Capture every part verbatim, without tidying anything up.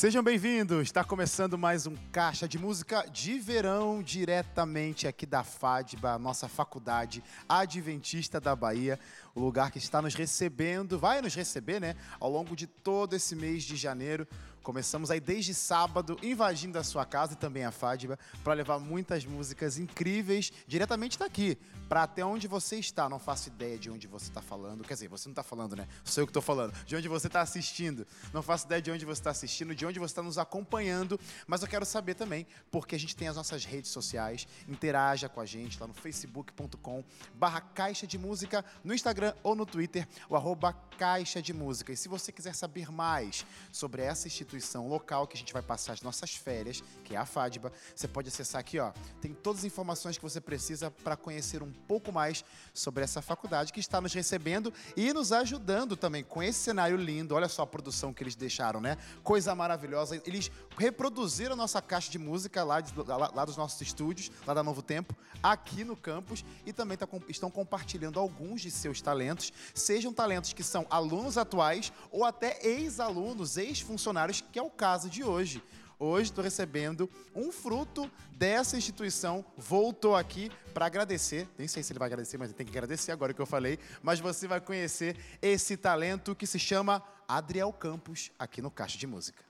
Sejam bem-vindos, está começando mais um Caixa de Música de Verão, diretamente aqui da FADBA, nossa faculdade adventista da Bahia, o lugar que está nos recebendo, vai nos receber, né, ao longo de todo esse mês de janeiro. Começamos aí desde sábado, invadindo a sua casa e também a FADBA, para levar muitas músicas incríveis diretamente daqui, para até onde você está. Não faço ideia de onde você está falando, quer dizer, você não está falando, né? Sou eu que estou falando. De onde você está assistindo. Não faço ideia de onde você está assistindo, de onde você está nos acompanhando, mas eu quero saber também, porque a gente tem as nossas redes sociais, interaja com a gente lá no facebook ponto com barra Caixa de Música, no Instagram ou no Twitter, o arroba Caixa de Música. E se você quiser saber mais sobre essa instituição local que a gente vai passar as nossas férias, que é a FADBA, você pode acessar aqui, ó, tem todas as informações que você precisa para conhecer um pouco mais sobre essa faculdade que está nos recebendo e nos ajudando também com esse cenário lindo. Olha só a produção que eles deixaram, né? Coisa maravilhosa. Eles reproduziram a nossa caixa de música lá, de, lá, lá dos nossos estúdios, lá da Novo Tempo, aqui no campus, e também tá, estão compartilhando alguns de seus talentos, sejam talentos que são alunos atuais ou até ex-alunos, ex-funcionários, que é o caso de hoje. Hoje estou recebendo um fruto dessa instituição, voltou aqui para agradecer, nem sei se ele vai agradecer, mas ele tem que agradecer agora que eu falei, mas você vai conhecer esse talento que se chama Adriel Campos, aqui no Caixa de Música.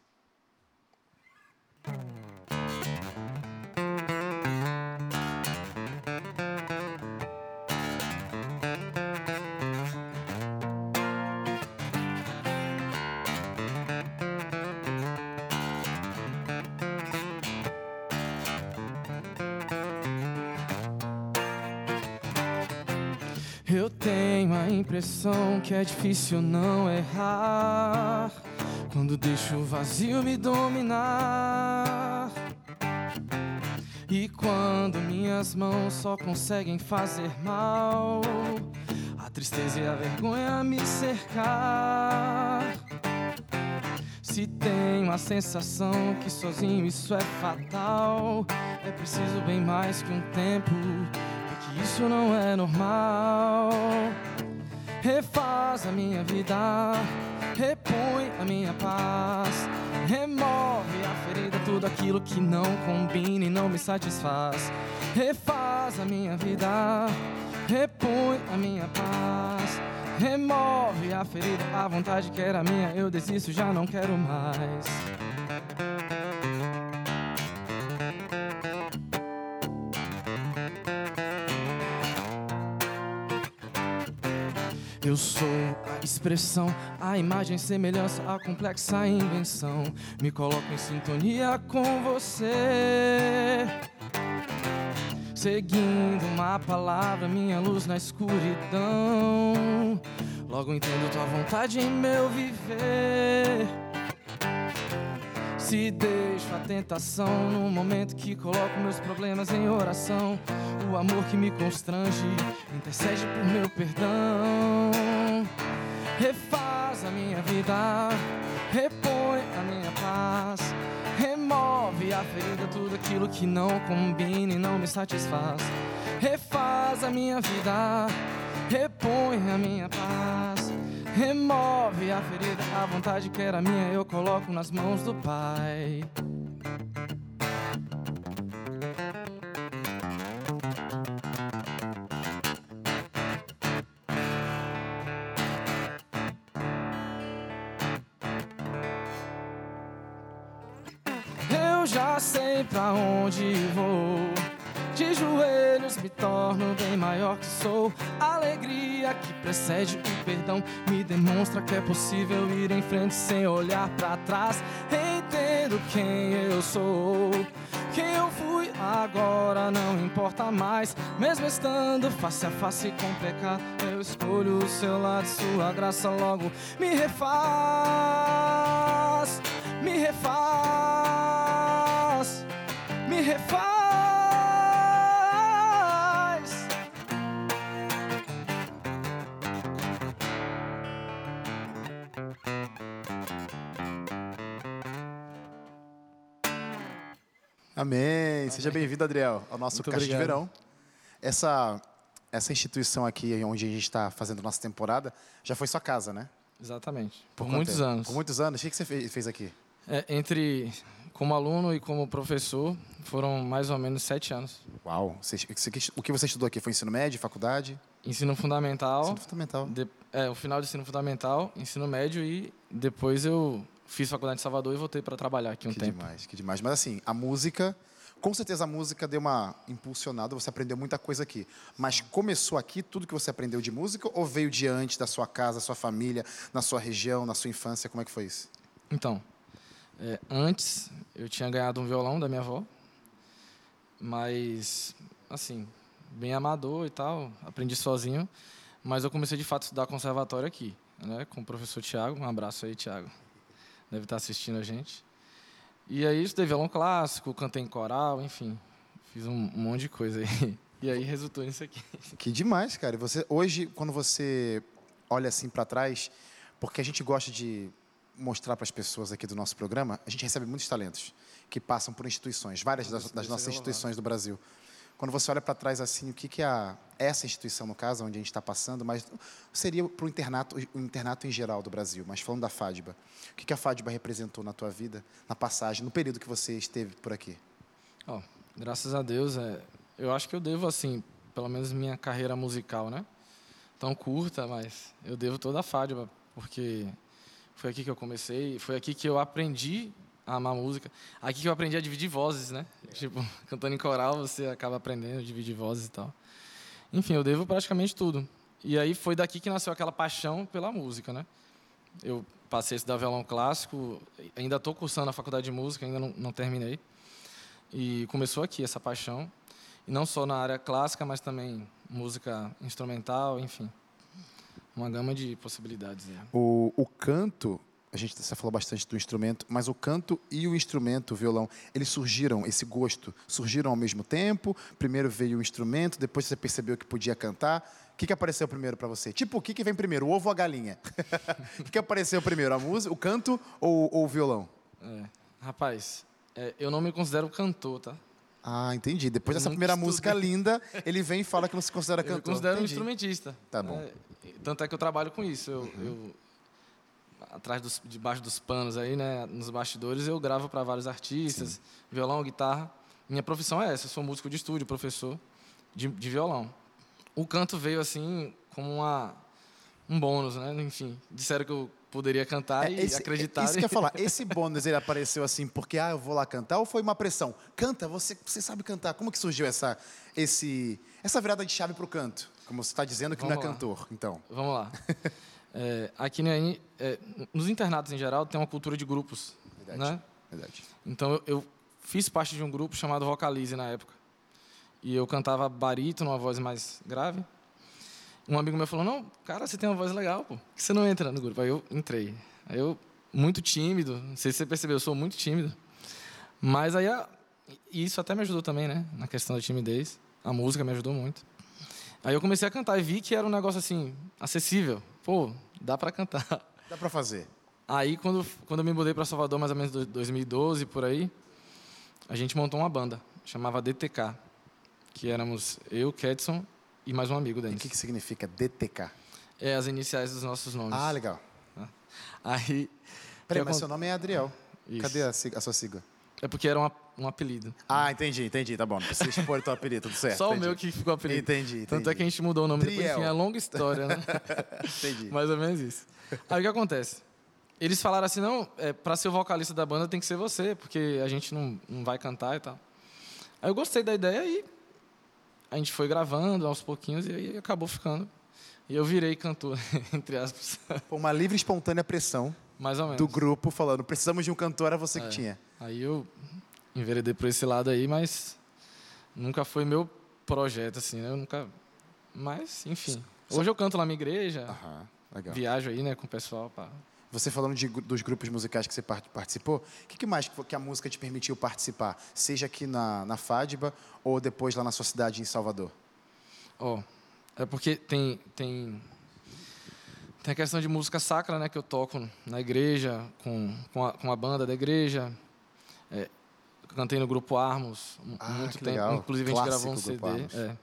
Eu tenho a impressão que é difícil não errar quando deixo o vazio me dominar. E quando minhas mãos só conseguem fazer mal, a tristeza e a vergonha me cercar. Se tenho a sensação que sozinho isso é fatal, é preciso bem mais que um tempo, porque isso não é normal. Refaz a minha vida, repõe a minha paz, remove a ferida, tudo aquilo que não combina e não me satisfaz. Refaz a minha vida, repõe a minha paz, remove a ferida, a vontade que era minha, eu desisto, já não quero mais. Eu sou a expressão, a imagem, semelhança, a complexa invenção. Me coloco em sintonia com você, seguindo uma palavra, minha luz na escuridão. Logo entendo tua vontade em meu viver. Se deixo a tentação no momento que coloco meus problemas em oração, o amor que me constrange intercede por meu perdão. Refaz a minha vida, repõe a minha paz, remove a ferida, tudo aquilo que não combina e não me satisfaz. Refaz a minha vida, repõe a minha paz, remove a ferida, a vontade que era minha eu coloco nas mãos do Pai. Eu já sei pra onde vou, de joelhos me torno bem maior que sou. A alegria que precede o perdão me demonstra que é possível ir em frente sem olhar pra trás. Entendo quem eu sou, quem eu fui agora não importa mais. Mesmo estando face a face com pecado, eu escolho o seu lado, sua graça logo me refaz, me refaz, me refaz. Amém. Seja bem-vindo, Adriel, ao nosso Muito Caixa de obrigado. Verão. Essa, essa instituição aqui, onde a gente está fazendo nossa temporada, já foi sua casa, né? Exatamente. Por Por quanto muitos tempo? anos. Por muitos anos? O que que você fe- fez aqui? É, entre como aluno e como professor, foram mais ou menos sete anos. Uau! Você, você, o que você estudou aqui? Foi ensino médio, faculdade? Ensino fundamental. Ensino fundamental. De, é, o final do ensino fundamental, ensino médio e depois eu fiz faculdade em Salvador e voltei para trabalhar aqui um que tempo. Que demais, que demais. Mas assim, a música, com certeza a música deu uma impulsionada, você aprendeu muita coisa aqui. Mas começou aqui tudo que você aprendeu de música ou veio de antes da sua casa, da sua família, na sua região, na sua infância? Como é que foi isso? Então, é, antes eu tinha ganhado um violão da minha avó, mas, assim, bem amador e tal, aprendi sozinho, mas eu comecei de fato a estudar conservatório aqui, né, com o professor Tiago. Um abraço aí, Tiago, deve estar assistindo a gente. E aí estudei violão clássico, cantei em coral, enfim, fiz um, um monte de coisa aí. E aí resultou nisso aqui. Que demais, cara. E você, hoje, quando você olha assim para trás, porque a gente gosta de mostrar para as pessoas aqui do nosso programa, a gente recebe muitos talentos que passam por instituições, várias das, das nossas instituições do Brasil. Quando você olha para trás assim, o que que a essa instituição, no caso, onde a gente está passando, mas seria para o internato, o internato em geral do Brasil, mas falando da FADBA, o que que a FADBA representou na tua vida, na passagem, no período que você esteve por aqui? Oh, graças a Deus, é, eu acho que eu devo, assim, pelo menos minha carreira musical, né? Tão curta, mas eu devo toda a FADBA, porque foi aqui que eu comecei, foi aqui que eu aprendi a amar música, aqui que eu aprendi a dividir vozes, né? É. Tipo, cantando em coral, você acaba aprendendo a dividir vozes e tal. Enfim, eu devo praticamente tudo. E aí foi daqui que nasceu aquela paixão pela música, né? Eu passei a estudar violão clássico, ainda estou cursando a faculdade de música, ainda não, não terminei. E começou aqui essa paixão, e não só na área clássica, mas também música instrumental, enfim. Uma gama de possibilidades. Né? O, o canto, a gente você falou bastante do instrumento, mas o canto e o instrumento, o violão, eles surgiram, esse gosto, surgiram ao mesmo tempo? Primeiro veio o instrumento, depois você percebeu que podia cantar. O que, que apareceu primeiro para você? Tipo, o que, que vem primeiro, o ovo ou a galinha? O que, que apareceu primeiro, a música, o canto ou, ou o violão? É, rapaz, é, eu não me considero cantor, tá? Ah, entendi. Depois eu dessa primeira estudei. música linda, ele vem e fala que não se considera cantor. Eu me considero entendi. um instrumentista. Tá bom. É, tanto é que eu trabalho com isso. Eu, uhum. eu atrás dos, debaixo dos panos aí, né, nos bastidores, eu gravo para vários artistas, Sim. violão, guitarra. Minha profissão é essa. Eu sou músico de estúdio, professor de, de violão. O canto veio assim como uma, um bônus, né? Enfim, disseram que eu poderia cantar é, e esse, acreditar. Isso que eu ia falar. Esse bônus ele apareceu assim porque ah, eu vou lá cantar ou foi uma pressão? Canta, você, você sabe cantar. Como que surgiu essa, esse, essa virada de chave para o canto? Como você está dizendo que Vamos não é lá. cantor, então. Vamos lá. é, aqui né, é, nos internatos em geral tem uma cultura de grupos, Verdade. né? Verdade. Então eu, eu fiz parte de um grupo chamado Vocalize na época. E eu cantava barítono, uma voz mais grave. Um amigo meu falou, não, cara, você tem uma voz legal, pô. Por que você não entra no grupo? Aí eu entrei. Aí eu, muito tímido, não sei se você percebeu, eu sou muito tímido. Mas aí, a, isso até me ajudou também, né? Na questão da timidez. A música me ajudou muito. Aí eu comecei a cantar e vi que era um negócio, assim, acessível. Pô, dá pra cantar. Dá pra fazer. Aí, quando, quando eu me mudei pra Salvador, mais ou menos em dois mil e doze, por aí, a gente montou uma banda, chamava D T K. Que éramos eu, Kedson e mais um amigo deles. E o que, que significa D T K? É as iniciais dos nossos nomes. Ah, legal. Aí... Peraí, mas seu nome é Adriel. Isso. Cadê a, a sua sigla? É porque era um, um apelido. Ah, entendi, entendi. Tá bom, não precisa expor o teu apelido, tudo certo. Só entendi. o meu que ficou apelido. Entendi, entendi. Tanto é que a gente mudou o nome Triel. depois, enfim, é longa história, né? Entendi. Mais ou menos isso. Aí o que acontece? Eles falaram assim, não, é, para ser o vocalista da banda tem que ser você, porque a gente não, não vai cantar e tal. Aí eu gostei da ideia e a gente foi gravando aos pouquinhos e aí acabou ficando. E eu virei cantor, entre aspas. Uma livre e espontânea pressão Mais ou menos. do grupo falando, precisamos de um cantor, era você é. que tinha. Aí eu enveredei por esse lado aí, mas nunca foi meu projeto, assim, né? Eu nunca... Mas, enfim. Hoje eu canto lá na minha igreja, Aham, legal. Viajo aí, né, com o pessoal. Pá. Você falando de, dos grupos musicais que você participou, o que, que mais que a música te permitiu participar? Seja aqui na, na FADBA ou depois lá na sua cidade, em Salvador? Ó, oh, é porque tem, tem, tem a questão de música sacra, né, que eu toco na igreja, com, com, a, com a banda da igreja. É, cantei no Grupo Armos ah, muito que tempo. Legal. Inclusive, Clássico, a gente gravou um Grupo C D. É.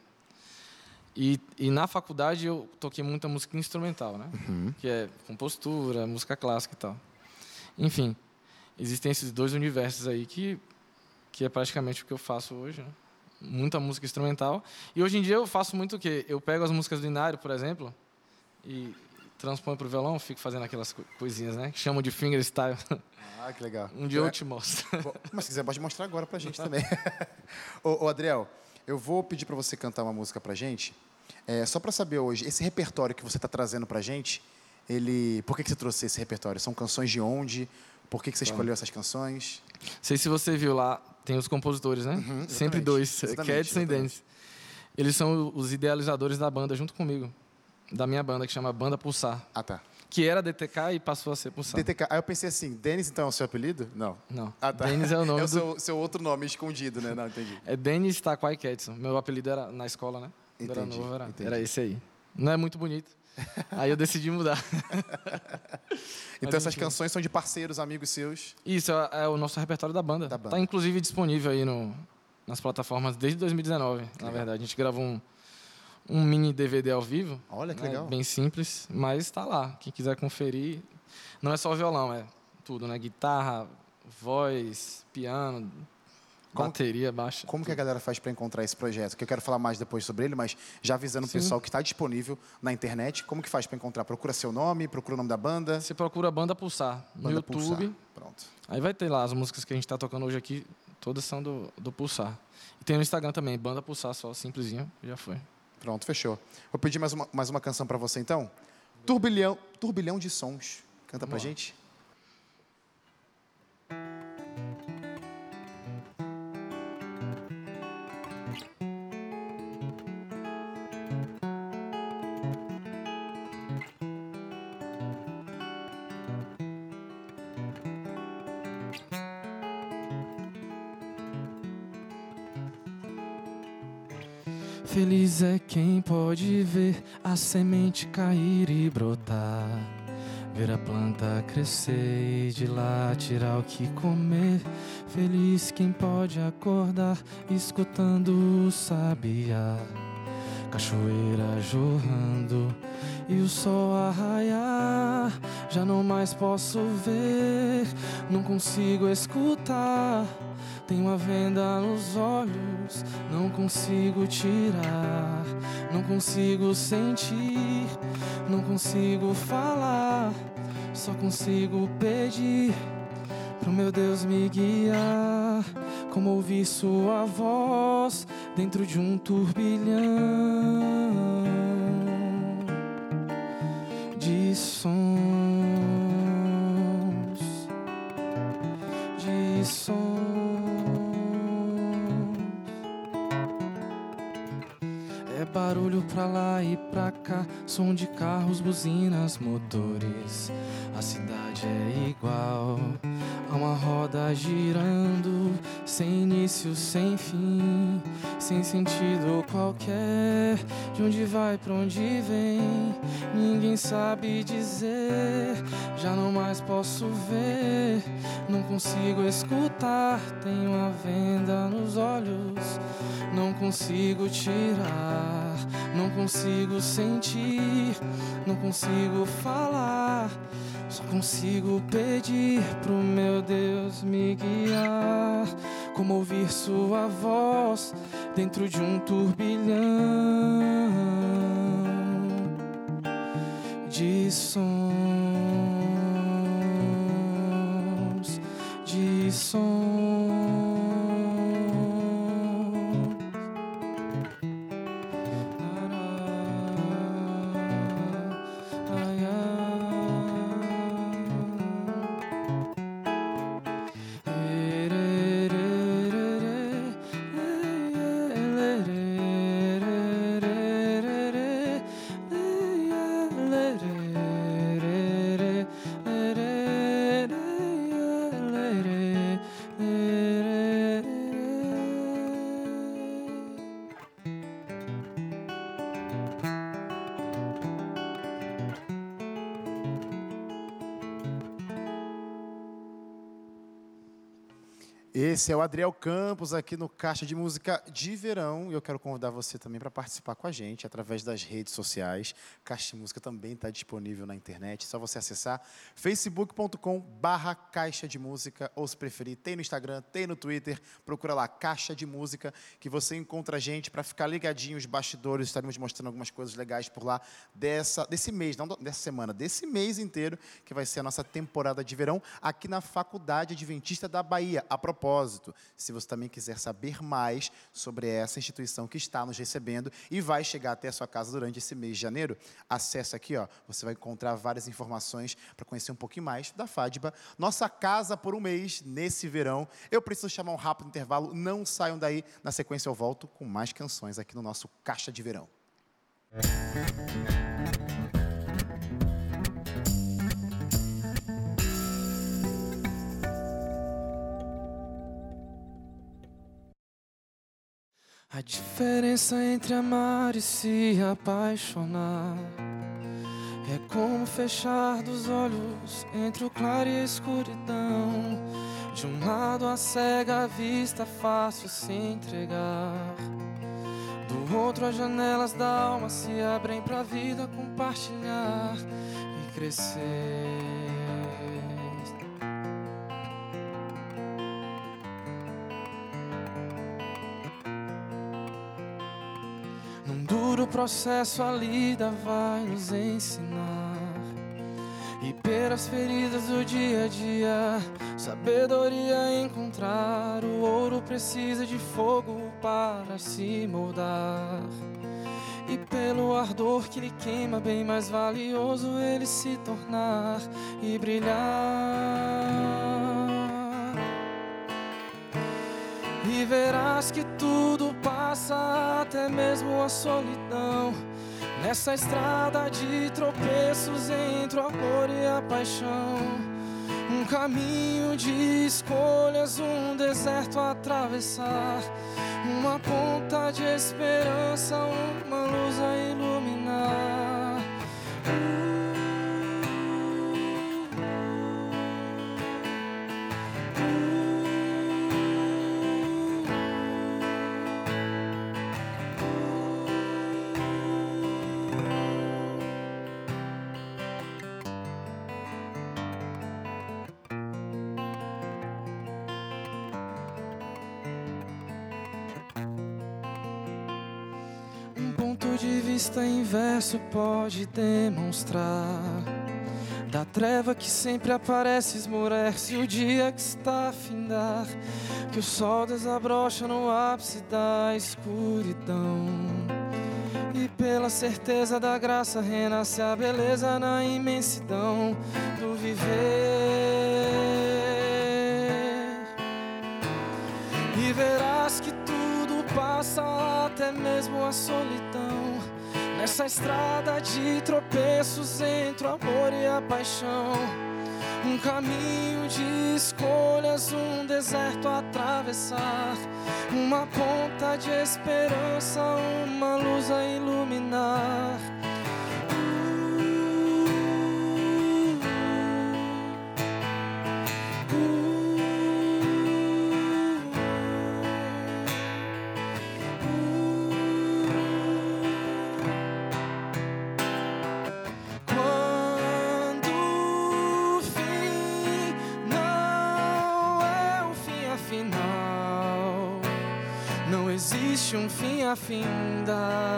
E, e na faculdade eu toquei muita música instrumental, né? Uhum. Que é compostura, música clássica e tal. Enfim. existem esses dois universos aí que, que é praticamente o que eu faço hoje, né? Muita música instrumental. E hoje em dia eu faço muito o quê? Eu pego as músicas do Inário, por exemplo, e transponho para o violão, fico fazendo aquelas coisinhas, né? Que chamam de fingerstyle. Ah, que legal. Um dia eu te mostro. Mas se quiser, pode mostrar agora pra gente também. ô, ô, Adriel, eu vou pedir para você cantar uma música pra gente. É, só para saber hoje, esse repertório que você está trazendo pra gente, ele... por que, que você trouxe esse repertório? São canções de onde? Por que, que você escolheu essas canções? Não sei se você viu lá, tem os compositores, né? Uhum, Sempre dois, Kedson e Denis. Eles são os idealizadores da banda junto comigo, da minha banda, que chama Banda Pulsar. Ah, tá. Que era D T K e passou a ser Pulsar. D T K. Aí eu pensei assim, Denis então é o seu apelido? Não. Não. Ah, tá. Denis é o nome é o do... seu, seu outro nome escondido, né? Não, entendi. É Denis Taquai Kedson. Meu apelido era na escola, né? Quando Entendi, era novo, era, entendi. era esse aí. Não é muito bonito. Aí eu decidi mudar. Então essas canções são de parceiros, amigos seus? Isso, é, é o nosso repertório da banda. Da banda. Tá inclusive disponível aí no, nas plataformas desde dois mil e dezenove, que na legal. Verdade. A gente gravou um, um mini D V D ao vivo. Olha que né, legal. Bem simples, mas tá lá. Quem quiser conferir. Não é só violão, é tudo, né? Guitarra, voz, piano, como, bateria, baixo. Como tudo. que a galera faz para encontrar esse projeto? Que eu quero falar mais depois sobre ele, mas já avisando o pessoal que está disponível na internet, como que faz para encontrar? Procura seu nome, procura o nome da banda? Você procura Banda Pulsar no Banda YouTube. Pulsar. Pronto. Aí vai ter lá as músicas que a gente está tocando hoje aqui, todas são do, do Pulsar. E tem no Instagram também, Banda Pulsar, só simplesinho, já foi. Pronto, fechou. Vou pedir mais uma, mais uma canção para você, então. Turbilhão, Turbilhão de Sons. Canta pra gente. Feliz é quem pode ver a semente cair e brotar, ver a planta crescer e de lá tirar o que comer. Feliz quem pode acordar escutando o sabiá, cachoeira jorrando e o sol a raiar. Já não mais posso ver, não consigo escutar. Tenho uma venda nos olhos, não consigo tirar. Não consigo sentir, não consigo falar. Só consigo pedir pro meu Deus me guiar. Como ouvir sua voz dentro de um turbilhão de sons, de sons. É barulho pra lá e pra cá, som de carros, buzinas, motores. A cidade é igual a uma roda girando, sem início, sem fim, sem sentido qualquer. De onde vai, pra onde vem, ninguém sabe dizer. Já não mais posso ver, não consigo escutar. Tenho a venda nos olhos, não consigo tirar. Não consigo sentir, não consigo falar. Só consigo pedir pro meu Deus me guiar. Como ouvir sua voz dentro de um turbilhão de sons, de sons. Esse é o Adriel Campos aqui no Caixa de Música de Verão. E eu quero convidar você também para participar com a gente através das redes sociais. Caixa de Música também está disponível na internet. É só você acessar facebook ponto com barra Caixa de Música, ou se preferir, tem no Instagram, tem no Twitter. Procura lá, Caixa de Música, que você encontra a gente para ficar ligadinho os bastidores. Estaremos mostrando algumas coisas legais por lá dessa, desse mês, não dessa semana, desse mês inteiro, que vai ser a nossa temporada de verão aqui na Faculdade Adventista da Bahia. A propósito, se você também quiser saber mais sobre essa instituição que está nos recebendo e vai chegar até a sua casa durante esse mês de janeiro, acesse aqui, ó, você vai encontrar várias informações para conhecer um pouquinho mais da FADBA, nossa casa por um mês nesse verão. Eu preciso chamar um rápido intervalo, não saiam daí, na sequência eu volto com mais canções aqui no nosso Caixa de Verão. A diferença entre amar e se apaixonar é como fechar dos olhos entre o claro e a escuridão. De um lado a cega, a vista fácil se entregar. Do outro as janelas da alma se abrem pra vida compartilhar e crescer. O processo a lida vai nos ensinar, e pelas feridas do dia a dia, sabedoria encontrar. O ouro precisa de fogo para se moldar, e pelo ardor que lhe queima, bem mais valioso ele se tornar e brilhar. E verás que tudo passa, até mesmo a solidão. Nessa estrada de tropeços entre o amor e a paixão, um caminho de escolhas, um deserto a atravessar, uma ponta de esperança, uma luz a iluminar. De vista inverso pode demonstrar da treva que sempre aparece, esmorece o dia que está a findar, que o sol desabrocha no ápice da escuridão, e pela certeza da graça renasce a beleza na imensidão do viver. E verás que tudo passa, até mesmo a solidão. Nessa estrada de tropeços entre o amor e a paixão, um caminho de escolhas, um deserto a atravessar, uma ponta de esperança, uma luz a iluminar. Um fim a findar,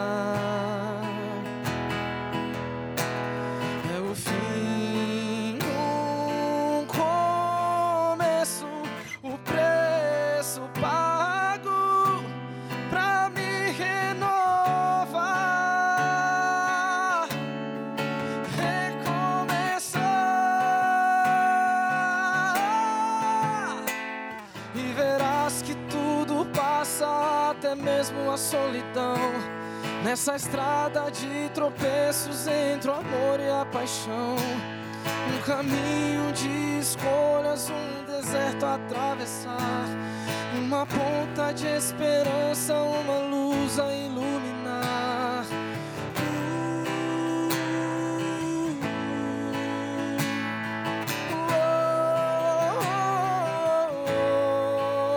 é o fim, um começo, o preço pago pra me renovar, recomeçar, e verás que tudo passa, até mesmo a solidão. Nessa estrada de tropeços entre o amor e a paixão, um caminho de escolhas, um deserto a atravessar, uma ponta de esperança, uma luz a iluminar. Oh, oh, oh, oh.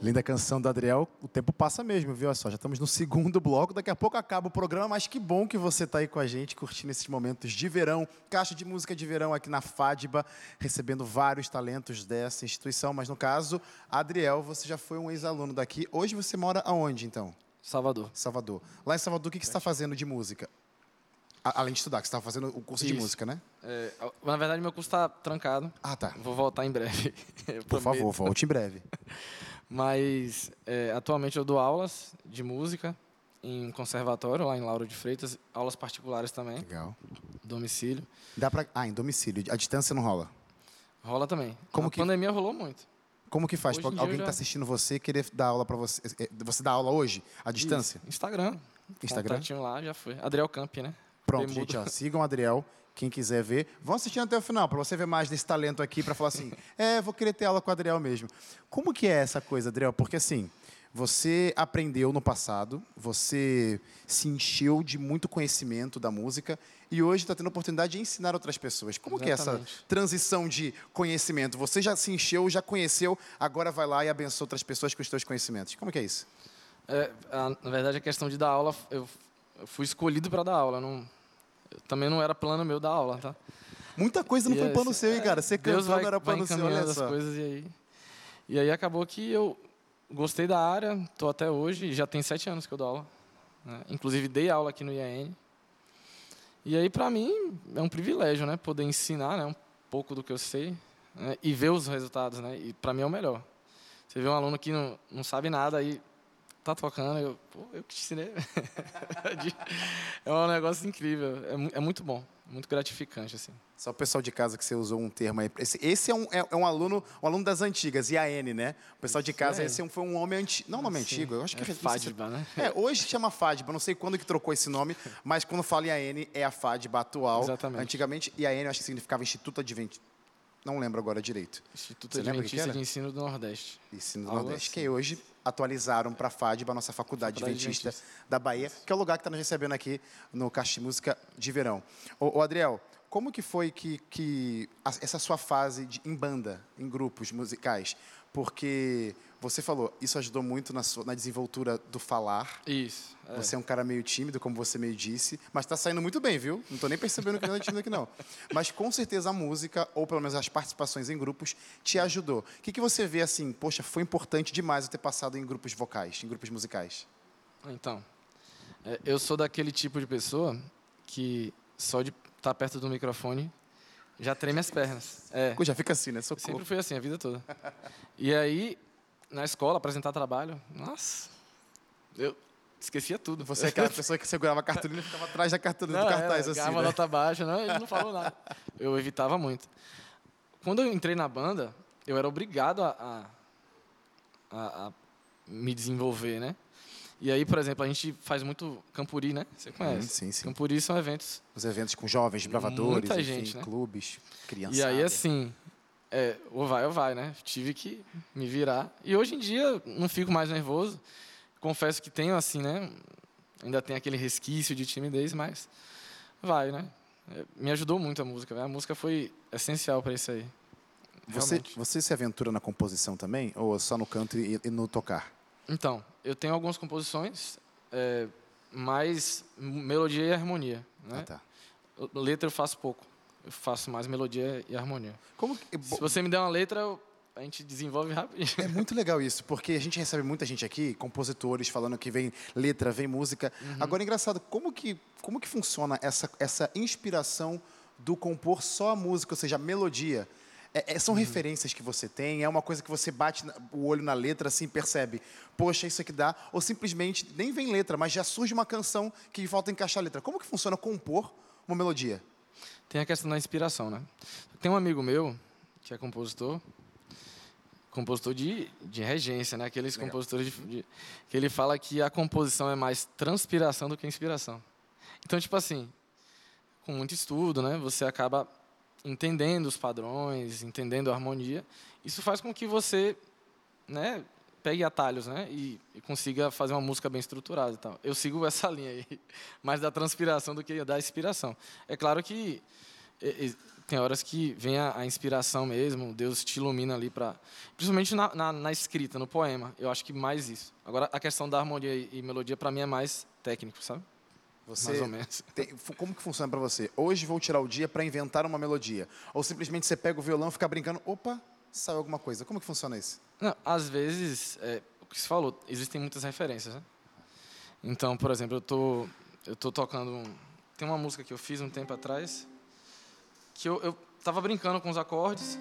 Linda canção do Adriel. O tempo passa mesmo, viu? Olha só, já estamos no segundo bloco. Daqui a pouco acaba o programa, mas que bom que você está aí com a gente, curtindo esses momentos de verão. Caixa de música de verão aqui na FADBA, recebendo vários talentos dessa instituição. Mas, no caso, Adriel, você já foi um ex-aluno daqui. Hoje você mora aonde, então? Salvador. Salvador. Lá em Salvador, o que, que você está fazendo de música? A- Além de estudar, que você estava fazendo o curso de Isso. música, né? É, na verdade, meu curso está trancado. Ah, tá. Vou voltar em breve. Eu Por prometo. favor, volte em breve. Mas, é, atualmente, eu dou aulas de música em um conservatório, lá em Lauro de Freitas. Aulas particulares também, Legal. domicílio. Dá pra... Ah, em domicílio. A distância não rola. Rola também. Como a que- pandemia rolou muito. Como que faz? Hoje Pra em dia alguém eu que já- está assistindo você querer dar aula para você. eh, Você dá aula hoje, à distância? Isso. Instagram. Instagram? Contatinho lá, já foi. Adriel Camp, né? Pronto, Bermuda. gente, ó, sigam o Adriel. Quem quiser ver, vão assistindo até o final, para você ver mais desse talento aqui, para falar assim, é, vou querer ter aula com o Adriel mesmo. Como que é essa coisa, Adriel? Porque assim, você aprendeu no passado, você se encheu de muito conhecimento da música e hoje está tendo a oportunidade de ensinar outras pessoas. Como que é essa Exatamente. transição de conhecimento? Você já se encheu, já conheceu, agora vai lá e abençoa outras pessoas com os seus conhecimentos. Como que é isso? É, a- na verdade, a questão de dar aula, eu, eu fui escolhido para dar aula. Não, eu também não era plano meu dar aula, tá? Muita coisa não E foi é- plano seu, hein, cara? Você Deus cantou, vai, não era vai plano seu, olha encaminhando as só. coisas e aí... E aí acabou que eu gostei da área, estou até hoje, e já tem sete anos que eu dou aula. Né? Inclusive, dei aula aqui no I A N. E aí, para mim, é um privilégio, né? Poder ensinar, né? Um pouco do que eu sei, né? E ver os resultados, né? E para mim é o melhor. Você vê um aluno que não, não sabe nada, aí tá tocando, eu, pô, eu que te ensinei. É um negócio incrível, é, mu- é muito bom, muito gratificante, assim. Só o pessoal de casa que você usou um termo aí. Esse, esse é, um, é, é um aluno um aluno das antigas, I A N, né? O pessoal de casa, é. esse é um- foi um homem antigo. Não, um nome Sim, antigo, eu acho que... é não sei se- FADBA, né? É, hoje chama FADBA, não sei quando que trocou esse nome, mas quando fala I A N é a FADBA atual. Exatamente. Antigamente, I A N eu acho que significava Instituto Adventista. Não lembro agora direito. Instituto Você lembra o que que Adventista era? de Ensino do Nordeste. Ensino do Algo Nordeste, assim. que hoje atualizaram para a FADBA, a nossa Faculdade Faculdade Adventista Adventista. da Bahia, que é o lugar que está nos recebendo aqui no Caixa de Música de Verão. Ô, ô, Adriel, como que foi que, que a- essa sua fase de, em banda, em grupos musicais? Porque você falou, isso ajudou muito na, sua, na desenvoltura do falar. Isso. é. Você é um cara meio tímido, como você meio disse, mas está saindo muito bem, viu? Não estou nem percebendo que não é tímido aqui, não. Mas, com certeza, a música, ou pelo menos as participações em grupos, te ajudou. O que, que você vê assim, poxa, foi importante demais eu ter passado em grupos vocais, em grupos musicais? Então, é, eu sou daquele tipo de pessoa que só de estar perto do microfone já treme as pernas. É, Já fica assim, né? eu Socorro. sempre fui assim a vida toda. E aí, na escola, apresentar trabalho, nossa, eu esquecia tudo. Você é aquela pessoa que segurava a cartolina e ficava atrás da cartolina Não, do cartaz, é, assim, ganhava né? nota baixa, não, ele não falou nada. Eu evitava muito. Quando eu entrei na banda, eu era obrigado a, a, a- a me desenvolver, né? E aí, por exemplo, a gente faz muito Campuri, né? Você conhece? Hum, sim, sim. Campuri são eventos. Os eventos com jovens, bravadores, Muita enfim, gente, né? clubes, crianças. E aí, assim, é, ou vai ou vai, né? Tive que me virar. E hoje em dia, não fico mais nervoso. Confesso que tenho, assim, né? Ainda tem aquele resquício de timidez, mas vai, né? É, me ajudou muito a música. A música foi essencial para isso aí. Você, Realmente. você se aventura na composição também? Ou só no canto e, e no tocar? Então, eu tenho algumas composições, é, mais melodia e harmonia, né? Ah, tá. Letra eu faço pouco. Eu faço mais melodia e harmonia. Como que- Se você me der uma letra, eu- a gente desenvolve rapidinho. É muito legal isso, porque a gente recebe muita gente aqui, compositores, falando que vem letra, vem música. Agora, engraçado, como que, como que funciona essa, essa inspiração do compor só a música, ou seja, a melodia? É- é- são referências que você tem? É uma coisa que você bate na- o olho na letra, assim, percebe, poxa, isso aqui dá? Ou simplesmente, nem vem letra, mas já surge uma canção que falta encaixar a letra. Como que funciona compor uma melodia? Tem a questão da inspiração, né? Tem um amigo meu, que é compositor, compositor de, de regência, né? Aqueles Legal. compositores de, de- que ele fala que a composição é mais transpiração do que inspiração. Então, tipo assim, com muito estudo, né? Você acaba entendendo os padrões, entendendo a harmonia. Isso faz com que você, né, pegue atalhos, né, e, e consiga fazer uma música bem estruturada e tal. Eu sigo essa linha aí, mais da transpiração do que da inspiração. É claro que e- e tem horas que vem a, a inspiração mesmo, Deus te ilumina ali para, principalmente na, na, na escrita, no poema. Eu acho que mais isso. Agora a questão da harmonia e, e melodia para mim é mais técnico, sabe? Você mais ou menos. Tem, como que funciona para você? Hoje vou tirar o dia para inventar uma melodia, ou simplesmente você pega o violão, fica brincando, opa, saiu alguma coisa. Como que funciona isso? Não, às vezes, é, o que você falou, existem muitas referências, né? Então, por exemplo, eu tô eu tô tocando um, tem uma música que eu fiz um tempo atrás que eu, eu tava brincando com os acordes.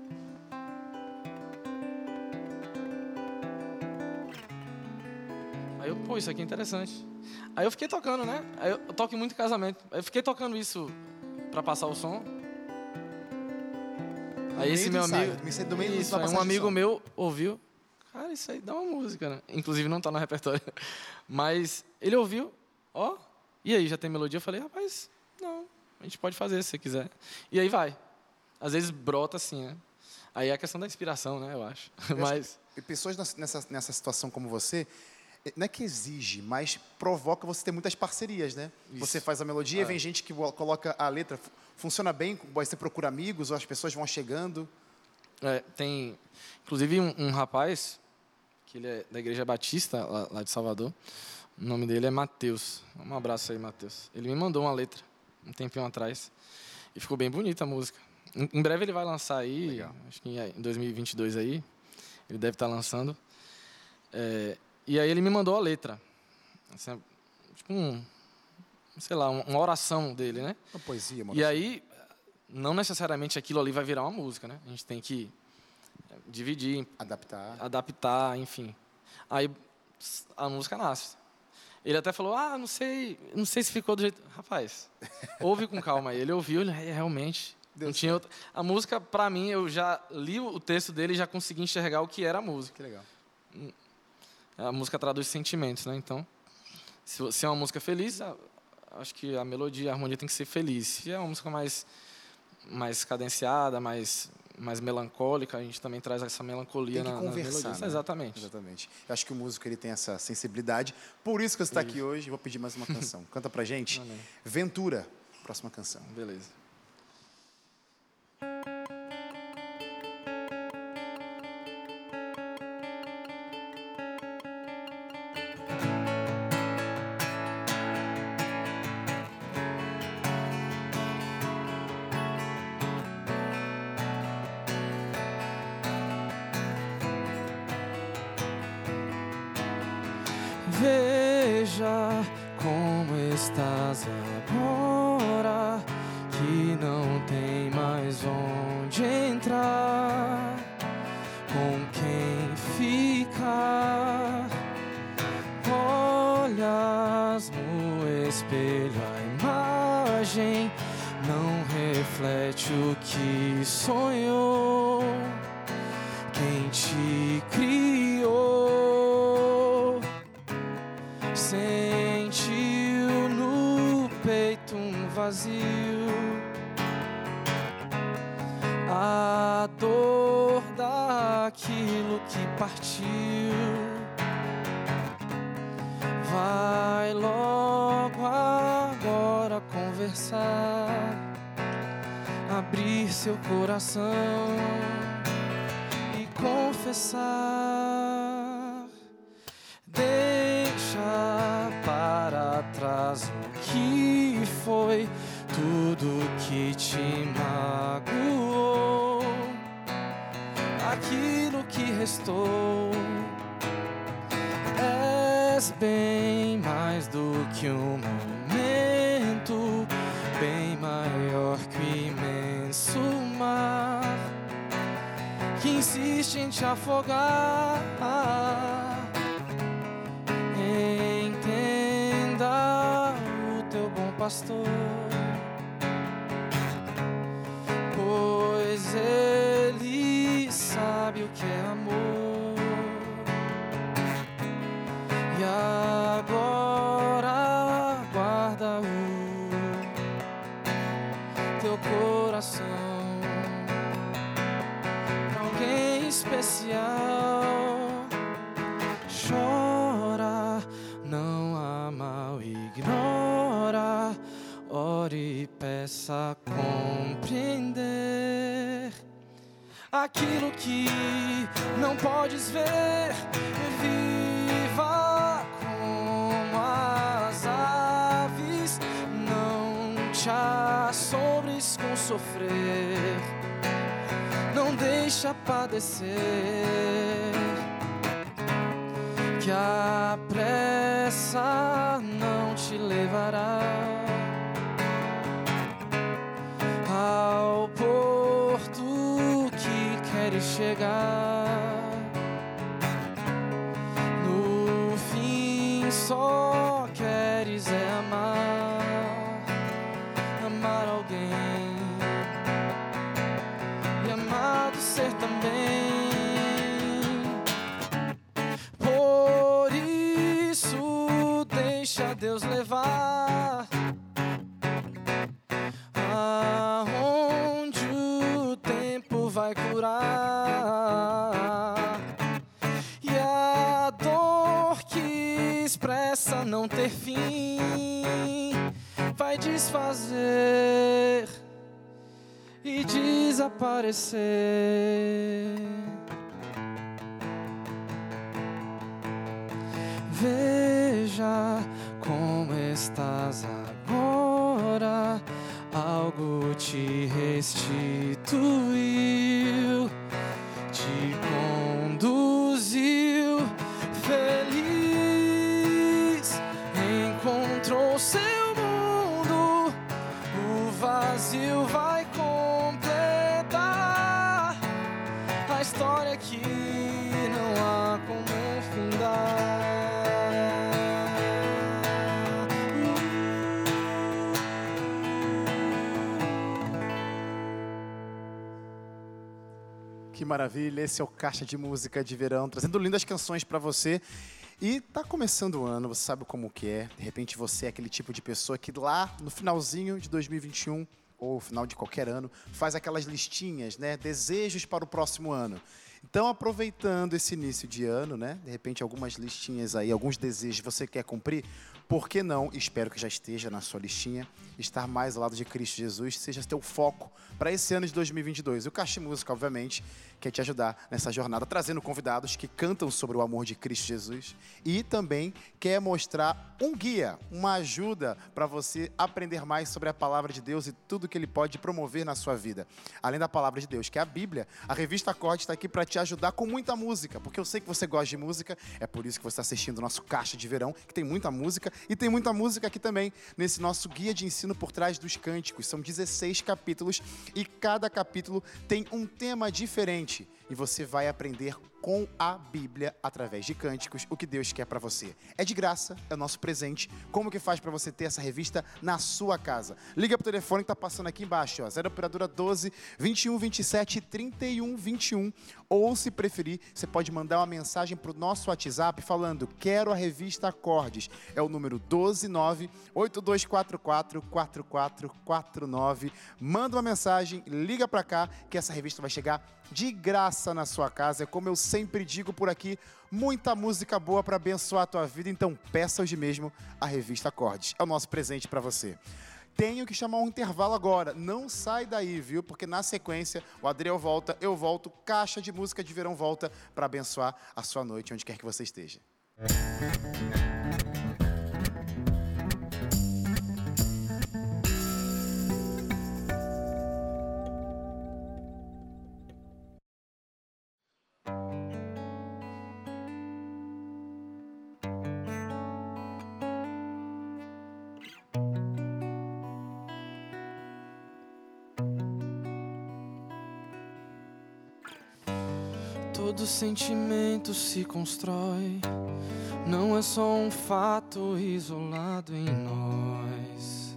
Aí eu, pô, isso aqui é interessante. Aí eu fiquei tocando, né? Aí eu, eu toco em muito casamento. Aí eu fiquei tocando isso para passar o som. No Aí esse meu amigo, do meio isso, aí um amigo meu ouviu. Cara, isso aí dá uma música, né? Inclusive não tá no repertório. Mas ele ouviu, ó, e aí, já tem melodia? Eu falei, rapaz, não, a gente pode fazer se você quiser. E aí vai. Às vezes brota assim, né? Aí é a questão da inspiração, né, eu acho. Eu mas acho que pessoas nessa, nessa situação como você, não é que exige, mas provoca você ter muitas parcerias, né? Isso. Você faz a melodia, é. Vem gente que coloca a letra. Funciona bem? Você procura amigos ou as pessoas vão chegando? É, tem, inclusive, um, um rapaz, que ele é da Igreja Batista, lá, lá de Salvador. O nome dele é Matheus. Um abraço aí, Matheus. Ele me mandou uma letra, um tempinho atrás. E ficou bem bonita a música. Em, em breve ele vai lançar aí, legal. Acho que em dois mil e vinte e dois aí. Ele deve estar lançando. É, e aí ele me mandou a letra. Assim, tipo um, sei lá, uma oração dele, né? Uma poesia, uma oração. E aí, não necessariamente aquilo ali vai virar uma música, né? A gente tem que dividir, adaptar, adaptar, enfim. Aí a música nasce. Ele até falou, ah, não sei, não sei se ficou do jeito... Rapaz, ouve com calma aí. Ele ouviu, ele realmente... Deus não tinha outra... A música, para mim, eu já li o texto dele e já consegui enxergar o que era a música. Que legal. A música traduz sentimentos, né? Então, se, se é uma música feliz, acho que a melodia, a harmonia tem que ser feliz. Se é uma música mais, mais cadenciada, mais... mais melancólica, a gente também traz essa melancolia na, na melodia. Né? Exatamente. Exatamente. Eu acho que o músico ele tem essa sensibilidade. Por isso que você está aqui hoje. Vou pedir mais uma canção. Canta pra gente. Amém. Ventura, próxima canção. Beleza. Veja como estás agora, que não tem mais onde entrar, com quem ficar. Olhas no espelho, a imagem não reflete o que sonhou. Quem te criou sentiu no peito um vazio, a dor daquilo que partiu. Vai logo agora conversar, abrir seu coração e confessar. Deixa para trás o que foi, tudo que te magoou, aquilo que restou. És bem mais do que um momento, bem maior que o imenso mar que insiste em te afogar. Entenda o teu bom pastor, pois ele sabe o que é amor. E agora guarda o teu coração pra alguém especial. Chora, não há mal, ignora, ore e peça apressa a compreender aquilo que não podes ver. Viva como as aves, não te assombres com sofrer, não deixa padecer, que a pressa não te levará ao porto que queres chegar. No fim só queres é amar, amar alguém e amado ser também. Por isso deixa Deus levar aonde o tempo vai curar, e a dor que expressa não ter fim vai desfazer e desaparecer. Veja como estás agora, algo te restituiu, te conduziu. Feliz encontrou seu mundo, o vazio vai completar a história que não há como findar. Que maravilha, esse é o Caixa de Música de Verão, trazendo lindas canções para você. E tá começando o ano, você sabe como que é. De repente você é aquele tipo de pessoa que lá no finalzinho de dois mil e vinte e um, ou final de qualquer ano, faz aquelas listinhas, né? Desejos para o próximo ano. Então, aproveitando esse início de ano, né? De repente algumas listinhas aí, alguns desejos você quer cumprir, por que não, espero que já esteja na sua listinha, estar mais ao lado de Cristo Jesus, seja teu foco para esse ano de dois mil e vinte e dois. E o Caixa de Música, obviamente, quer te ajudar nessa jornada, trazendo convidados que cantam sobre o amor de Cristo Jesus e também quer mostrar um guia, uma ajuda para você aprender mais sobre a Palavra de Deus e tudo que Ele pode promover na sua vida. Além da Palavra de Deus, que é a Bíblia, a Revista Acorde está aqui para te ajudar com muita música, porque eu sei que você gosta de música, é por isso que você está assistindo o nosso Caixa de Verão, que tem muita música, e tem muita música aqui também, nesse nosso guia de ensino por trás dos cânticos. São dezesseis capítulos, e cada capítulo tem um tema diferente, e você vai aprender com a Bíblia, através de cânticos, o que Deus quer para você. É de graça, é o nosso presente. Como que faz para você ter essa revista na sua casa? Liga pro telefone que tá passando aqui embaixo, ó, zero operadora doze, vinte e um, vinte e sete, trinta e um, vinte e um, ou se preferir, você pode mandar uma mensagem pro nosso WhatsApp falando, quero a revista Acordes. É o número doze nove oito dois quatro quatro quatro quatro quatro nove. Manda uma mensagem, liga para cá, que essa revista vai chegar de graça na sua casa. É como eu sempre digo por aqui, muita música boa para abençoar a tua vida, então peça hoje mesmo a revista Acordes. É o nosso presente para você. Tenho que chamar um intervalo agora, não sai daí, viu? Porque na sequência o Adriel volta, eu volto, Caixa de Música de Verão volta para abençoar a sua noite, onde quer que você esteja. Todo sentimento se constrói, não é só um fato isolado em nós.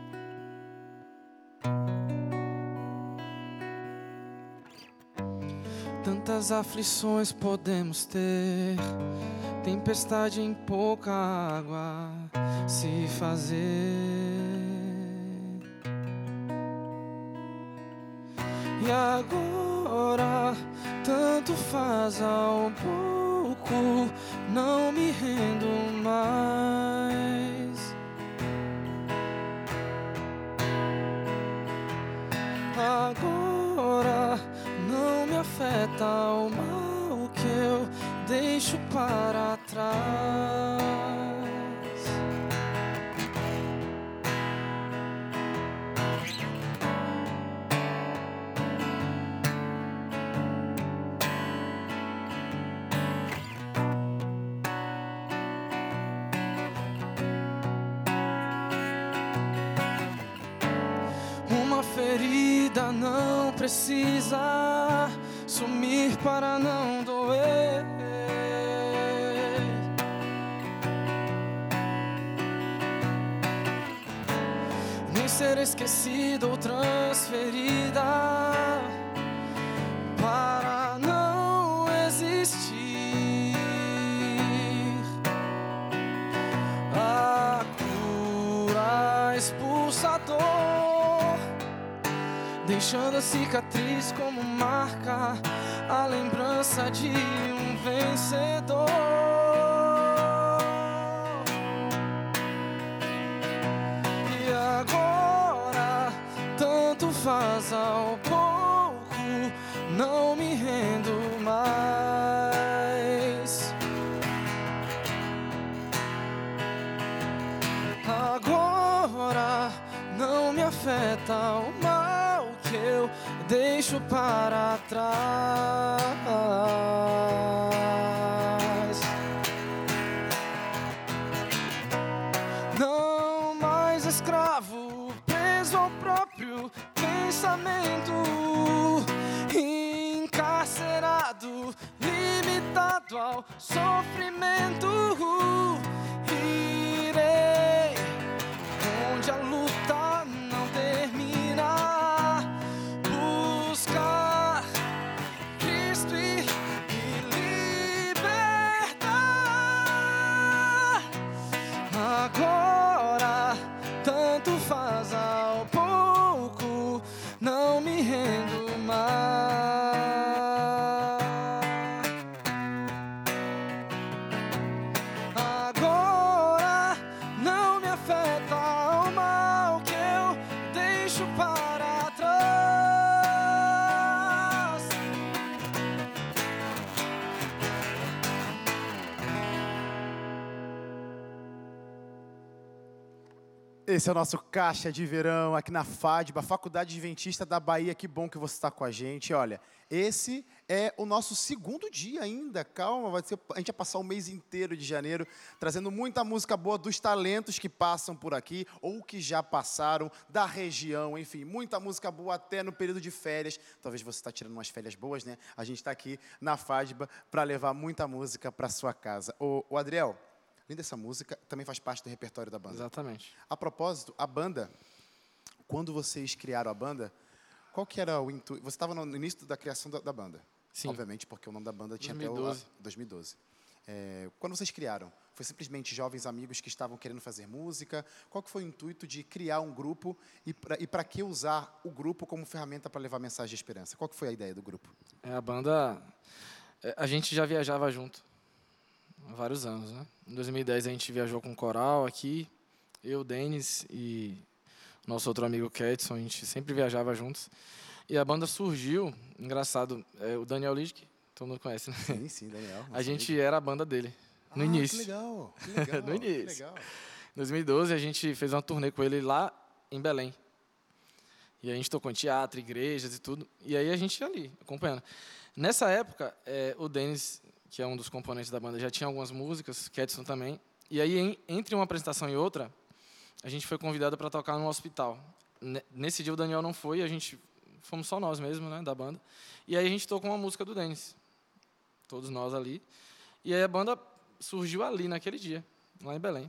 Tantas aflições podemos ter, tempestade em pouca água se fazer. E agora tanto faz, ao pouco não me rendo mais. agora não me afeta o mal que eu deixo para trás. Uma ferida não precisa sumir para não doer. Nem ser esquecida ou transferida para não existir. A cura expulsa a dor, deixando a cicatriz como marca, a lembrança de um vencedor. E agora, tanto faz ao pouco, não me rendo mais. Agora, não me afeta o mal que eu deixo para trás. Não mais escravo, preso ao próprio pensamento, encarcerado, limitado ao sofrimento. Irei onde a luta não termina, buscar Cristo e me libertar. Agora, tanto faz ao pouco, não me rendo mais. Agora, não me afeta o mal que eu deixo para trás. Esse é o nosso Caixa de Verão aqui na FADBA, Faculdade Adventista da Bahia. Que bom que você está com a gente. Olha, esse é o nosso segundo dia ainda. Calma, vai ser, a gente vai passar o mês inteiro de janeiro trazendo muita música boa dos talentos que passam por aqui ou que já passaram, da região, enfim, muita música boa até no período de férias. Talvez você está tirando umas férias boas, né? A gente está aqui na FADBA para levar muita música para sua casa. O, o Adriel, além dessa música, também faz parte do repertório da banda. Exatamente. A propósito, a banda, quando vocês criaram a banda, qual que era o intuito? Você estava no início da criação da, da banda. Sim. Obviamente, porque o nome da banda tinha dois mil e doze. até o dois mil e doze. É, quando vocês criaram, foi simplesmente jovens amigos que estavam querendo fazer música? Qual que foi o intuito de criar um grupo e para que usar o grupo como ferramenta para levar mensagem de esperança? Qual que foi a ideia do grupo? É, a banda, é, a gente já viajava junto há vários anos, né? Em dois mil e dez a gente viajou com o coral aqui, eu, Denis e nosso outro amigo Kedson, a gente sempre viajava juntos. E a banda surgiu, engraçado, é, o Daniel Lidke, todo mundo conhece, né? Sim, sim, Daniel. A gente amigo. Era a banda dele, no ah, início. Que legal, que legal. No início. Que legal. Em dois mil e doze a gente fez uma turnê com ele lá em Belém. E a gente tocou em teatro, igrejas e tudo. E aí a gente ia ali, acompanhando. Nessa época, é, o Denis, que é um dos componentes da banda, já tinha algumas músicas, Kedson também. E aí, em, entre uma apresentação e outra, a gente foi convidado para tocar no hospital. Nesse dia o Daniel não foi, a gente fomos só nós mesmos, né, da banda. E aí a gente tocou uma música do Denis, todos nós ali. E aí a banda surgiu ali naquele dia, lá em Belém.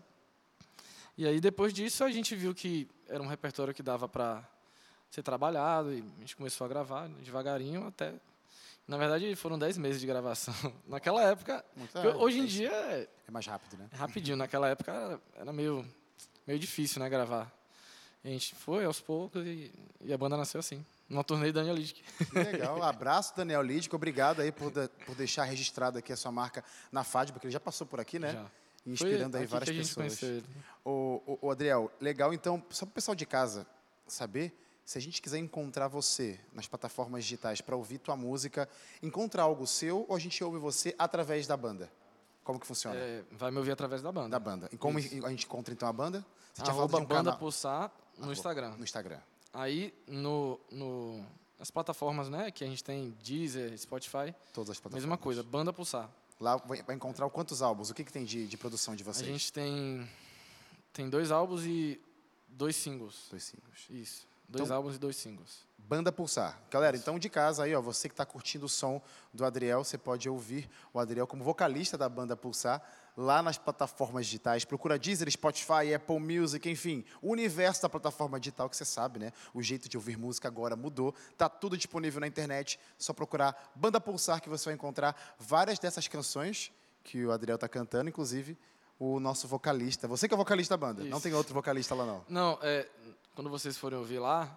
E aí depois disso a gente viu que era um repertório que dava para ser trabalhado e a gente começou a gravar devagarinho até... Na verdade, foram dez meses de gravação. Naquela época, Muito, hoje em é, dia é, é mais rápido, né? é rapidinho. Naquela época era, era meio, meio difícil, né, gravar. E a gente foi aos poucos e, e a banda nasceu assim, numa turnê de Daniel Lidke. Que legal. Abraço, Daniel Lidke. Obrigado aí por, de, por deixar registrado aqui a sua marca na FADBA, porque ele já passou por aqui, né? Já. Inspirando foi aí várias que a gente pessoas. Ele. O, o, o Adriel, legal. Então, só para o pessoal de casa saber, Se a gente quiser encontrar você nas plataformas digitais para ouvir tua música, encontra algo seu ou a gente ouve você através da banda? Como que funciona? É, vai me ouvir através da banda. Da banda. E como Isso. a gente encontra então a banda? Você tinha falado Arroba de um Banda canal. Pulsar no Arroba- Instagram. No Instagram. Aí, no, no, nas plataformas, né, que a gente tem, Deezer, Spotify, Todas as plataformas. mesma coisa, Banda Pulsar. Lá vai vai encontrar quantos álbuns? O que, que tem de, de produção de A vocês? gente tem, tem dois álbuns e dois singles. Dois singles. Isso, dois Então- álbuns e dois singles. Banda Pulsar. Galera, então de casa aí, ó, você que está curtindo o som do Adriel, você pode ouvir o Adriel como vocalista da Banda Pulsar lá nas plataformas digitais. Procura Deezer, Spotify, Apple Music, enfim, o universo da plataforma digital que você sabe, né? O jeito de ouvir música agora mudou. Tá tudo disponível na internet. Só procurar Banda Pulsar que você vai encontrar várias dessas canções que o Adriel tá cantando, inclusive o nosso vocalista. Você que é vocalista da banda, não Isso. tem outro vocalista lá não. Não, é, quando vocês forem ouvir lá,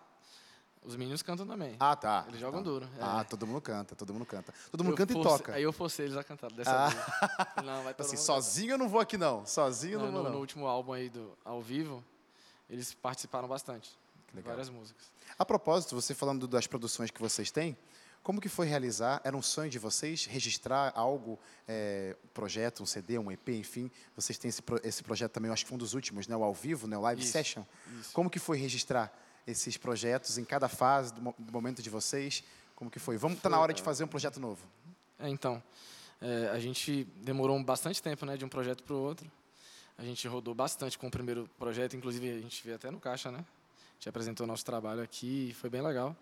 os meninos cantam também. Ah, tá. Eles jogam Tá. duro. é. Ah, todo mundo canta, todo mundo canta. Todo mundo Eu canta e forcei- toca. Aí eu forcei eles a cantar dessa Ah. vez. Não, vai todo Assim, mundo sozinho eu não vou aqui não. Sozinho eu cantar. não, Não, vou no, não. no último álbum aí do ao vivo, eles participaram bastante. Que legal. Várias músicas. A propósito, você falando das produções que vocês têm, como que foi realizar? Era um sonho de vocês registrar algo, é, um projeto, um C D, um E P, enfim. Vocês têm esse, pro- esse projeto também, eu acho que foi um dos últimos, né? O ao vivo, né? O live Isso, session. isso. Como que foi registrar esses projetos em cada fase do, mo- do momento de vocês? Como que foi? Vamos estar na Foi, hora de fazer um projeto novo. É, então, é, a gente demorou bastante tempo, né, de um projeto para o outro. A gente rodou bastante com o primeiro projeto, inclusive a gente veio até no Caixa, né? A gente apresentou nosso trabalho aqui e foi bem legal.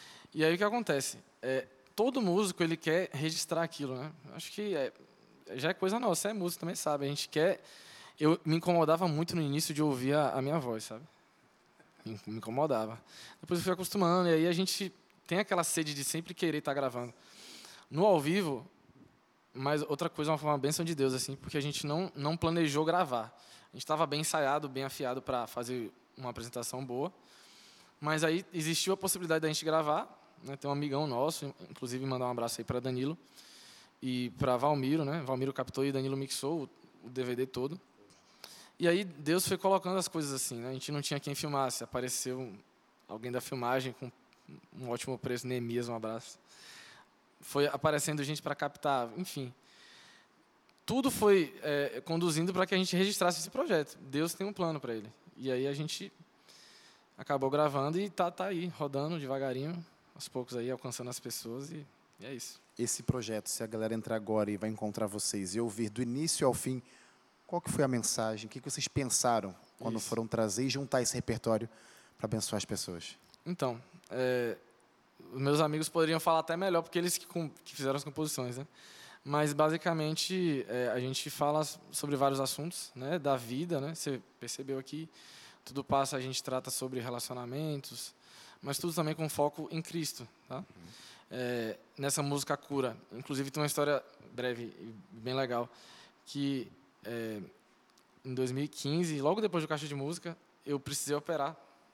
E aí o que acontece? É, todo músico ele quer registrar aquilo, né? Acho que é, já é coisa nossa, você é músico também sabe. A gente quer. Eu me incomodava muito no início de ouvir a, a minha voz, sabe? Me, me incomodava. Depois eu fui acostumando e aí a gente tem aquela sede de sempre querer estar gravando. No ao vivo, mas outra coisa, uma, uma bênção de Deus, assim, porque a gente não, não planejou gravar. A gente estava bem ensaiado, bem afiado para fazer uma apresentação boa, mas aí existiu a possibilidade da gente gravar, né? Tem um amigão nosso, inclusive mandar um abraço aí para Danilo e para Valmiro, né? Valmiro captou e Danilo mixou o, o D V D todo. E aí Deus foi colocando as coisas assim, né? A gente não tinha quem filmasse, apareceu alguém da filmagem com um ótimo preço, Neemias, um abraço. Foi aparecendo gente para captar, enfim. Tudo foi é, conduzindo para que a gente registrasse esse projeto. Deus tem um plano para ele. E aí a gente acabou gravando e tá, tá aí, rodando devagarinho, aos poucos aí, alcançando as pessoas e, e é isso. Esse projeto, se a galera entrar agora e vai encontrar vocês e ouvir do início ao fim, qual que foi a mensagem? O que que vocês pensaram quando Isso. foram trazer e juntar esse repertório para abençoar as pessoas? Então, é, os meus amigos poderiam falar até melhor, porque eles que, com, que fizeram as composições, né? Mas, basicamente, é, a gente fala sobre vários assuntos, né, da vida, né? Você percebeu aqui, tudo passa, a gente trata sobre relacionamentos, mas tudo também com foco em Cristo, tá? É, nessa música Cura, inclusive tem uma história breve e bem legal, que é, em dois mil e quinze, logo depois do Caixa de Música, eu precisei operar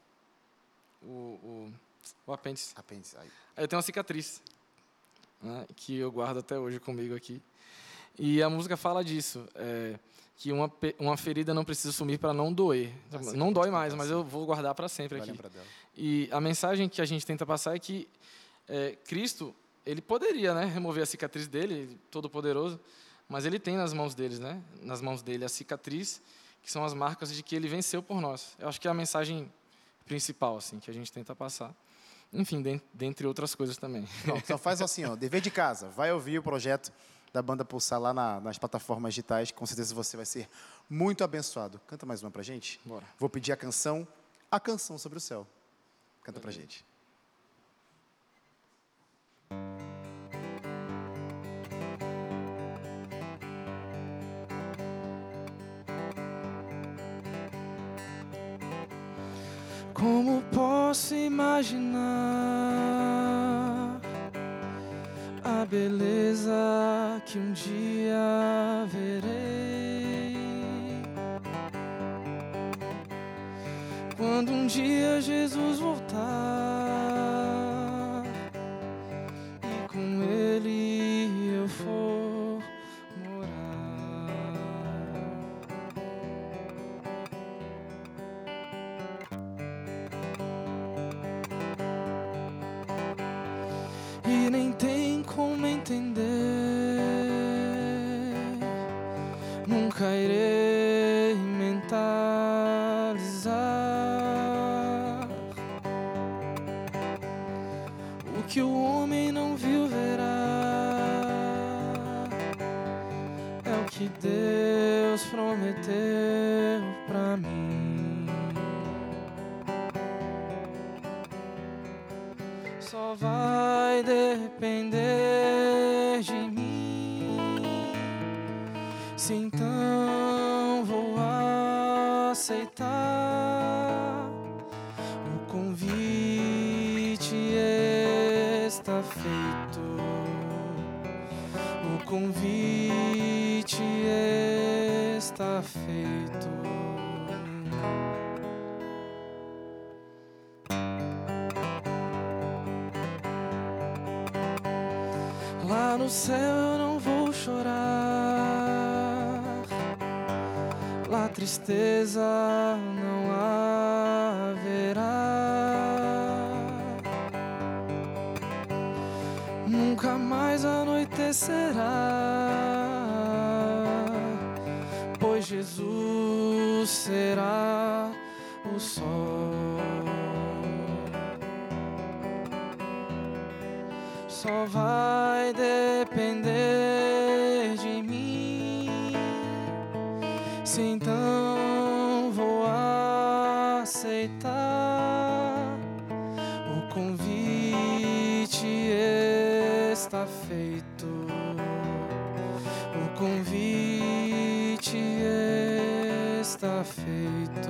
o, o, o apêndice. Apêndice. Aí. Aí eu tenho uma cicatriz, né, que eu guardo até hoje comigo aqui. E a música fala disso, é, que uma, pe- uma ferida não precisa sumir para não doer. Ah, sim, não dói pode mais, contar, mas sim. eu vou guardar para sempre Vai aqui. lembrar dela. E a mensagem que a gente tenta passar é que é, Cristo, ele poderia, né, remover a cicatriz dele, todo poderoso, mas ele tem nas mãos deles, né, nas mãos dele a cicatriz, que são as marcas de que ele venceu por nós. Eu acho que é a mensagem principal, assim, que a gente tenta passar. Enfim, den- dentre outras coisas também. Não, então faz assim, ó, dever de casa. Vai ouvir o projeto da Banda Pulsar lá na- nas plataformas digitais. Com certeza você vai ser muito abençoado. Canta mais uma pra gente? Bora. Vou pedir a canção, A Canção Sobre o Céu. Canta pra gente. Como posso imaginar a beleza que um dia verei? Quando um dia Jesus voltar e com Ele eu for morar. e nem tem como entender. Nunca irei mentalizar o que o homem não viu verá. É o que Deus prometeu pra mim. Só vai depender de mim, se então vou aceitar. O convite está feito, o convite está feito. Lá no céu eu não vou chorar, lá tristeza não haverá. Nunca mais anoitecerá, pois Jesus será o sol. Só vai depender de mim, se então vou aceitar. O convite está feito, o convite está feito.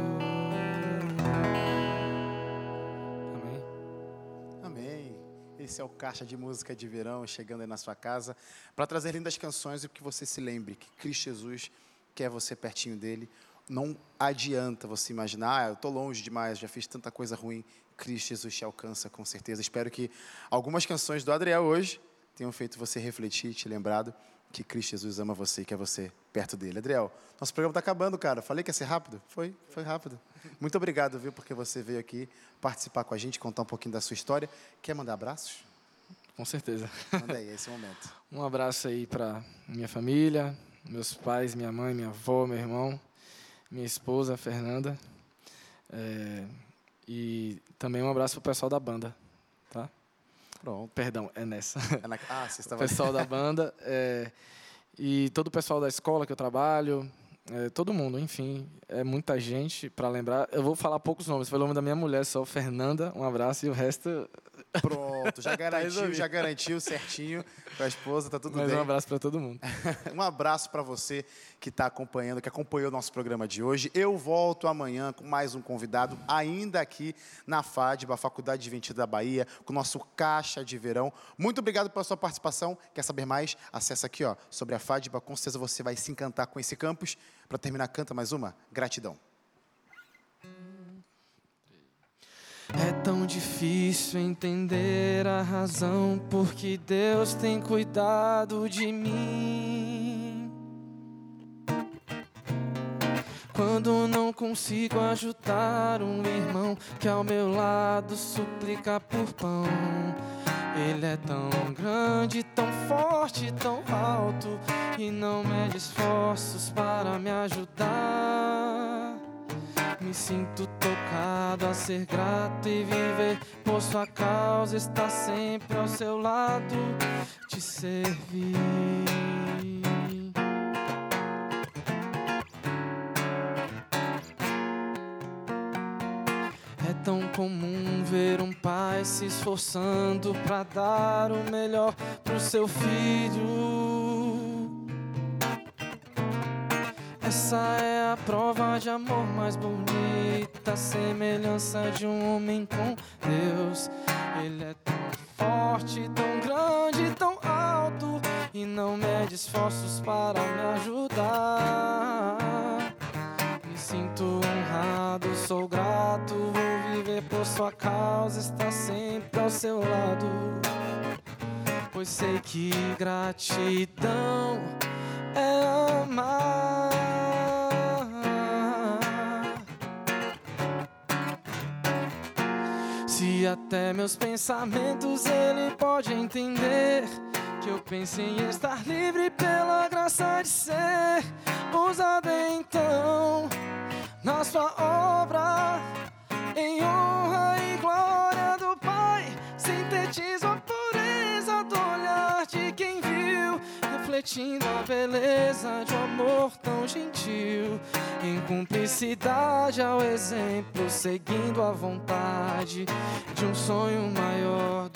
Esse é o Caixa de Música de Verão, chegando aí na sua casa, para trazer lindas canções e que você se lembre que Cristo Jesus quer você pertinho dele. Não adianta você imaginar, ah, eu estou longe demais, já fiz tanta coisa ruim. Cristo Jesus te alcança, com certeza. Espero que algumas canções do Adriel hoje tenham feito você refletir, te lembrado que Cristo Jesus ama você e quer você perto dele. Adriel, nosso programa está acabando, cara. Falei que ia ser rápido? Foi, foi rápido. Muito obrigado, viu, porque você veio aqui participar com a gente, contar um pouquinho da sua história. Quer mandar abraços? Com certeza. Manda aí, esse momento. Um abraço aí para minha família, meus pais, minha mãe, minha avó, meu irmão, minha esposa, Fernanda. É, e também um abraço para o pessoal da banda, tá? Pronto. Perdão, é nessa. É na... Ah, você estava... O pessoal da banda é, e todo o pessoal da escola que eu trabalho, é, todo mundo, enfim, é muita gente para lembrar. Eu vou falar poucos nomes, foi o nome da minha mulher só, Fernanda, um abraço, e o resto... Pronto, já garantiu, já garantiu certinho com a esposa, tá tudo Mas bem. Um abraço para todo mundo. Um abraço para você que está acompanhando, que acompanhou o nosso programa de hoje. Eu volto amanhã com mais um convidado, ainda aqui na FADBA, a Faculdade Adventista da Bahia, com o nosso Caixa de Verão. Muito obrigado pela sua participação. Quer saber mais? Acesse aqui, ó, sobre a FADBA. Com certeza você vai se encantar com esse campus. Para terminar, canta mais uma. Gratidão. É tão difícil entender a razão por que Deus tem cuidado de mim. Quando não consigo ajudar um irmão que ao meu lado suplica por pão. Ele é tão grande, tão forte, tão alto e não mede esforços para me ajudar. Me sinto tocado a ser grato e viver por sua causa, estar sempre ao seu lado, te servir. É tão comum ver um pai se esforçando para dar o melhor pro seu filho. Essa é a prova de amor mais bonita, a semelhança de um homem com Deus. Ele é tão forte, tão grande, tão alto e não mede esforços para me ajudar. Me sinto honrado, sou grato, vou viver por sua causa, estar sempre ao seu lado. Pois sei que gratidão é amar. Se a Até meus pensamentos ele pode entender que eu penso em estar livre pela graça de ser usado então na sua obra, em honra e glória do Pai. Sintetizo a pureza do olhar de quem viu, refletindo a beleza de um amor tão gentil, em cumplicidade ao exemplo, seguindo a vontade de um sonho maior